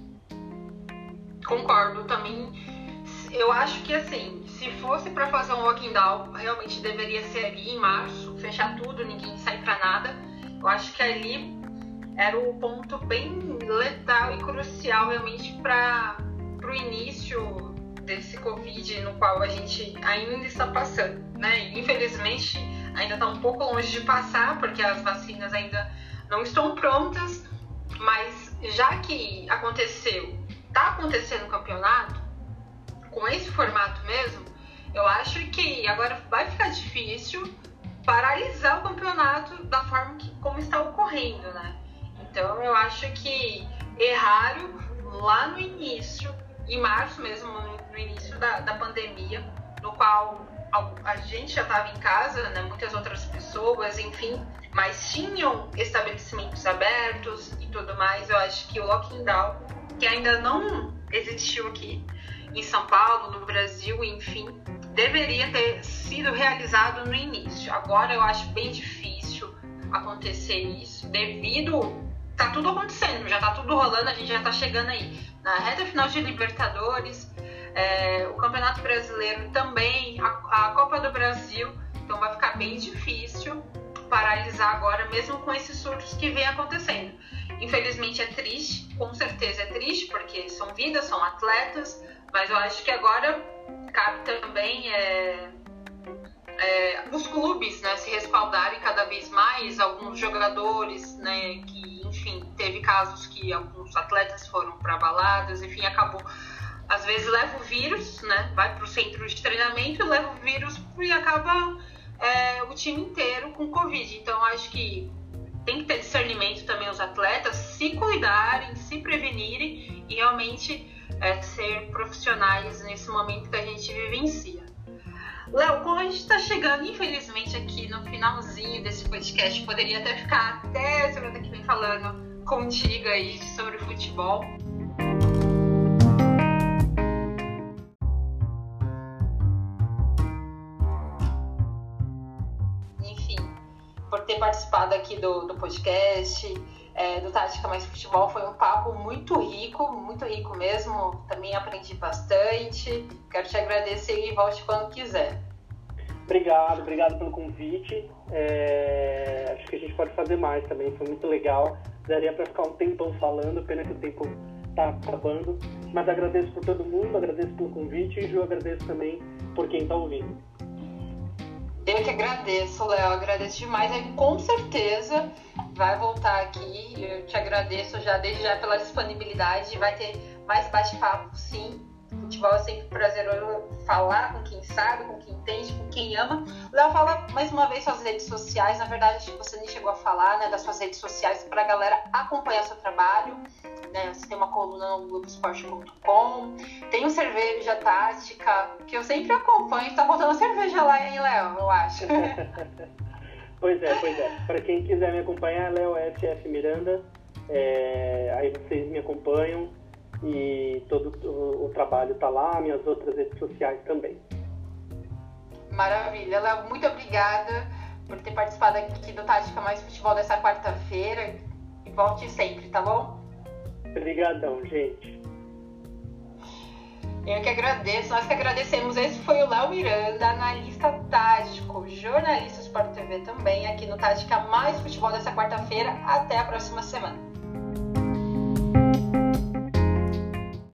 Concordo também. Eu acho que, assim, se fosse para fazer um lockdown, realmente deveria ser ali em março, fechar tudo, ninguém sair para nada. Eu acho que ali era o ponto bem letal e crucial realmente para o início desse Covid, no qual a gente ainda está passando, né? E, infelizmente, ainda está um pouco longe de passar, porque as vacinas ainda não estão prontas, mas já que aconteceu, está acontecendo o campeonato, com esse formato mesmo, eu acho que agora vai ficar difícil paralisar o campeonato da forma que, como está ocorrendo, né? Então eu acho que erraram lá no início, em março mesmo, no início da, da pandemia, no qual a, a gente já estava em casa, né? Muitas outras pessoas, enfim, mas tinham estabelecimentos abertos e tudo mais. Eu acho que o lockdown, que ainda não existiu aqui em São Paulo, no Brasil, enfim, deveria ter sido realizado no início. Agora eu acho bem difícil acontecer isso, devido... Tá tudo acontecendo, já tá tudo rolando, a gente já tá chegando aí na reta final de Libertadores, é, o Campeonato Brasileiro também, a, a Copa do Brasil, então vai ficar bem difícil paralisar agora, mesmo com esses surtos que vem acontecendo. Infelizmente é triste, com certeza é triste, porque são vidas, são atletas, mas eu acho que agora cabe também é, é, os clubes, né, se respaldarem cada vez mais, alguns jogadores, né, que, enfim, teve casos que alguns atletas foram para baladas, enfim, acabou, às vezes leva o vírus, né, vai para o centro de treinamento e leva o vírus e acaba é, o time inteiro com Covid. Então eu acho que tem que ter discernimento também os atletas, se cuidarem, se prevenirem e realmente é, ser profissionais nesse momento que a gente vivencia. Léo, como a gente está chegando, infelizmente, aqui no finalzinho desse podcast, poderia até ficar até semana que vem falando contigo aí sobre o futebol. Enfim, por ter participado aqui do, do podcast, é, do Tática Mais Futebol, foi um papo muito rico, muito rico mesmo, também aprendi bastante, quero te agradecer e volte quando quiser. Obrigado, obrigado pelo convite, é, acho que a gente pode fazer mais também, foi muito legal, daria para ficar um tempão falando, pena que o tempo está acabando, mas agradeço por todo mundo, agradeço pelo convite e eu agradeço também por quem está ouvindo. Eu que agradeço, Léo, agradeço demais. Aí, com certeza vai voltar aqui. Eu te agradeço já desde já pela disponibilidade. Vai ter mais bate-papo, sim. Futebol é sempre prazeroso falar com quem sabe, com quem entende, com quem ama. Léo, fala mais uma vez suas redes sociais. Na verdade, acho que você nem chegou a falar, né, das suas redes sociais para a galera acompanhar seu trabalho. Né? Você tem uma coluna no globo esporte ponto com, tem o Cerveja Tática, que eu sempre acompanho. Tá faltando cerveja lá, hein, Léo? Eu acho. Pois é, pois é. Para quem quiser me acompanhar, Léo F F Miranda. É, aí vocês me acompanham e todo o, o trabalho tá lá, minhas outras redes sociais também. Maravilha, Léo, muito obrigada por ter participado aqui do Tática Mais Futebol dessa quarta-feira. E volte sempre, tá bom? Obrigadão, gente. Eu que agradeço, nós que agradecemos. Esse foi o Léo Miranda, analista tático, jornalista Sport T V também, aqui no Tática Mais Futebol dessa quarta-feira. Até a próxima semana.